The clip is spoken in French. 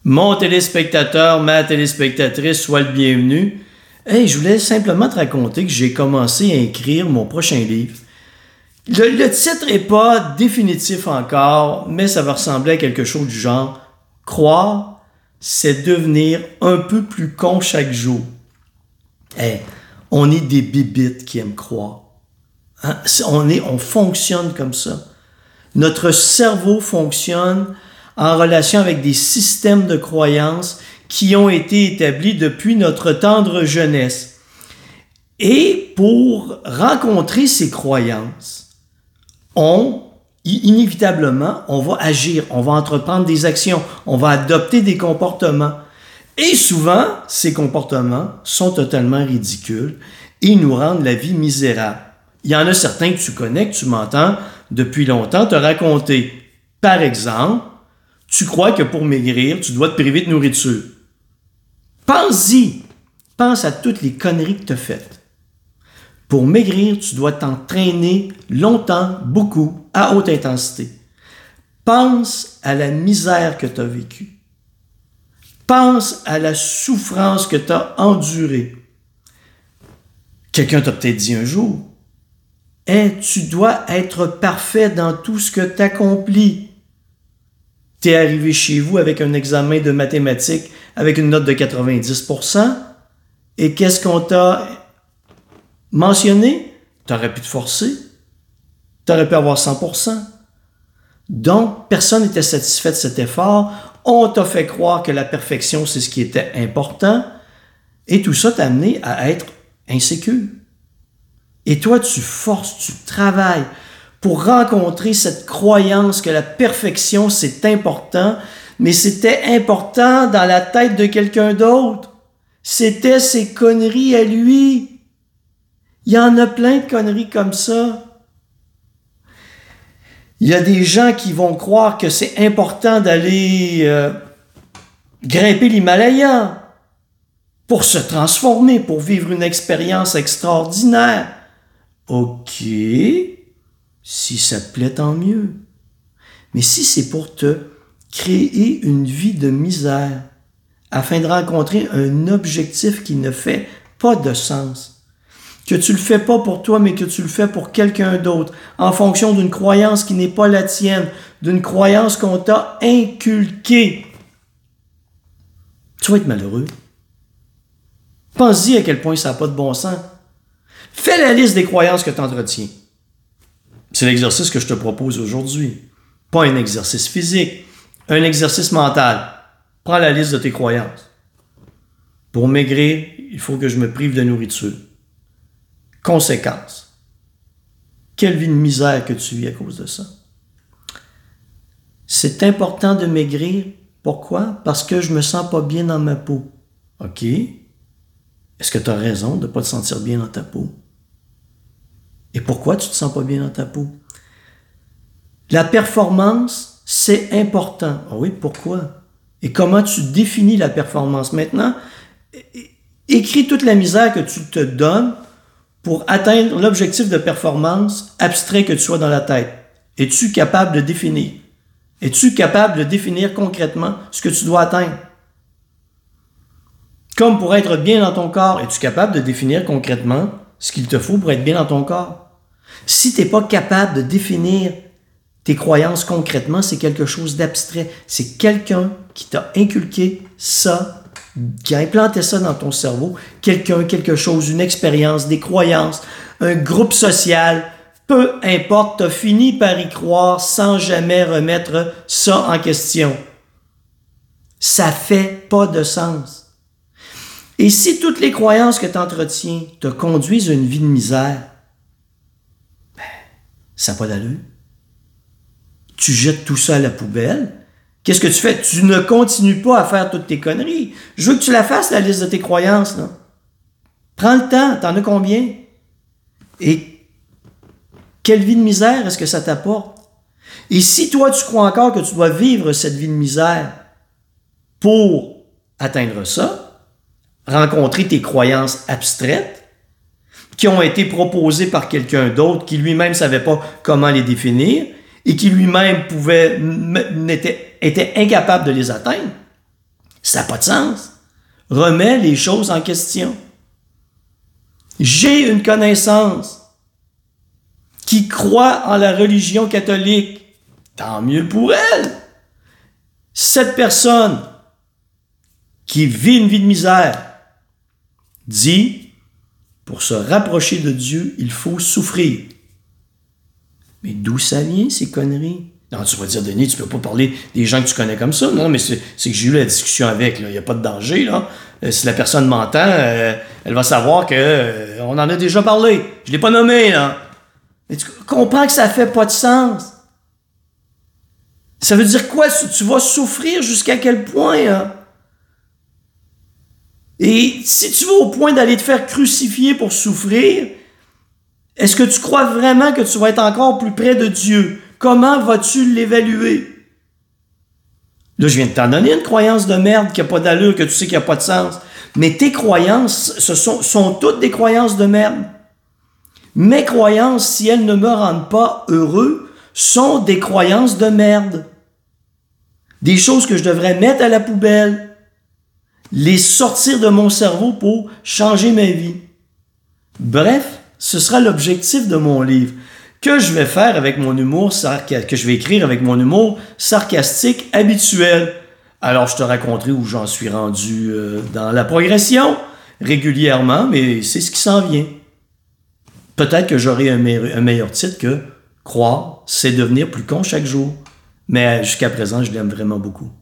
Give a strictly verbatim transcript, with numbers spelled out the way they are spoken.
Mon téléspectateur, ma téléspectatrice, sois le bienvenu. Hey, je voulais simplement te raconter que j'ai commencé à écrire mon prochain livre. Le, le titre n'est pas définitif encore, mais ça va ressembler à quelque chose du genre « Croire, c'est devenir un peu plus con chaque jour ». Hey, on est des bébites qui aiment croire. Hein? On, est, on fonctionne comme ça. Notre cerveau fonctionne en relation avec des systèmes de croyances qui ont été établis depuis notre tendre jeunesse. Et pour rencontrer ces croyances, on, inévitablement, on va agir, on va entreprendre des actions, on va adopter des comportements. Et souvent, ces comportements sont totalement ridicules et nous rendent la vie misérable. Il y en a certains que tu connais, que tu m'entends depuis longtemps te raconter. Par exemple, tu crois que pour maigrir, tu dois te priver de nourriture. Pense-y. Pense à toutes les conneries que tu as faites. Pour maigrir, tu dois t'entraîner longtemps, beaucoup, à haute intensité. Pense à la misère que tu as vécue. Pense à la souffrance que tu as endurée. Quelqu'un t'a peut-être dit un jour, « Hey, tu dois être parfait dans tout ce que tu accomplis. » Tu es arrivé chez vous avec un examen de mathématiques avec une note de quatre-vingt-dix pour cent et qu'est-ce qu'on t'a mentionné? Tu aurais pu te forcer. Tu aurais pu avoir cent pour cent. Donc, personne n'était satisfait de cet effort. On t'a fait croire que la perfection, c'est ce qui était important. Et tout ça t'a amené à être insécure. Et toi, tu forces, tu travailles pour rencontrer cette croyance que la perfection, c'est important, mais c'était important dans la tête de quelqu'un d'autre. C'était ses conneries à lui. Il y en a plein de conneries comme ça. Il y a des gens qui vont croire que c'est important d'aller euh, grimper l'Himalaya pour se transformer, pour vivre une expérience extraordinaire. OK, si ça te plaît, tant mieux. Mais si c'est pour te créer une vie de misère afin de rencontrer un objectif qui ne fait pas de sens, que tu le fais pas pour toi, mais que tu le fais pour quelqu'un d'autre, en fonction d'une croyance qui n'est pas la tienne, d'une croyance qu'on t'a inculquée, tu vas être malheureux. Pense-y à quel point ça n'a pas de bon sens. Fais la liste des croyances que tu entretiens. C'est l'exercice que je te propose aujourd'hui. Pas un exercice physique, un exercice mental. Prends la liste de tes croyances. Pour maigrir, il faut que je me prive de nourriture. Conséquence. Quelle vie de misère que tu vis à cause de ça. C'est important de maigrir. Pourquoi? Parce que je me sens pas bien dans ma peau. OK. Est-ce que tu as raison de ne pas te sentir bien dans ta peau? Et pourquoi tu ne te sens pas bien dans ta peau? La performance, c'est important. Ah oui, pourquoi? Et comment tu définis la performance? Maintenant, écris toute la misère que tu te donnes pour atteindre l'objectif de performance abstrait que tu sois dans la tête. Es-tu capable de définir? Es-tu capable de définir concrètement ce que tu dois atteindre? Comme pour être bien dans ton corps, es-tu capable de définir concrètement ce qu'il te faut pour être bien dans ton corps? Si tu n'es pas capable de définir tes croyances concrètement, c'est quelque chose d'abstrait. C'est quelqu'un qui t'a inculqué ça, qui a implanté ça dans ton cerveau, quelqu'un, quelque chose, une expérience, des croyances, un groupe social, peu importe, tu as fini par y croire sans jamais remettre ça en question. Ça fait pas de sens. Et si toutes les croyances que tu entretiens te conduisent à une vie de misère, ben, ça n'a pas d'allure. Tu jettes tout ça à la poubelle. Qu'est-ce que tu fais? Tu ne continues pas à faire toutes tes conneries. Je veux que tu la fasses, la liste de tes croyances. Là. Prends le temps. T'en as combien? Et quelle vie de misère est-ce que ça t'apporte? Et si toi, tu crois encore que tu dois vivre cette vie de misère pour atteindre ça, rencontrer tes croyances abstraites qui ont été proposées par quelqu'un d'autre qui lui-même ne savait pas comment les définir, et qui lui-même pouvait, n'était, était incapable de les atteindre, Ça n'a pas de sens. Remets les choses en question. J'ai une connaissance qui croit en la religion catholique. Tant mieux pour elle. Cette personne qui vit une vie de misère dit, pour se rapprocher de Dieu, il faut souffrir. Mais d'où ça vient, ces conneries? Non, tu vas dire, Denis, tu peux pas parler des gens que tu connais comme ça. Non, mais c'est, c'est que j'ai eu la discussion avec. Il n'y a pas de danger. Là. Euh, si la personne m'entend, euh, elle va savoir que euh, on en a déjà parlé. Je l'ai pas nommé. Là. Mais tu comprends que ça fait pas de sens. Ça veut dire quoi? Tu vas souffrir jusqu'à quel point? Hein? Et si tu vas au point d'aller te faire crucifier pour souffrir, est-ce que tu crois vraiment que tu vas être encore plus près de Dieu? Comment vas-tu l'évaluer? Là, je viens de t'en donner une croyance de merde qui n'a pas d'allure, que tu sais qu'il n'y a pas de sens. Mais tes croyances, ce sont, sont toutes des croyances de merde. Mes croyances, si elles ne me rendent pas heureux, sont des croyances de merde. Des choses que je devrais mettre à la poubelle. Les sortir de mon cerveau pour changer ma vie. Bref, ce sera l'objectif de mon livre. Que je vais faire avec mon humour, sarca- que je vais écrire avec mon humour sarcastique habituel. Alors, je te raconterai où j'en suis rendu euh, dans la progression, régulièrement, mais c'est ce qui s'en vient. Peut-être que j'aurai un, me- un meilleur titre que « Croire, c'est devenir plus con chaque jour ». Mais jusqu'à présent, je l'aime vraiment beaucoup.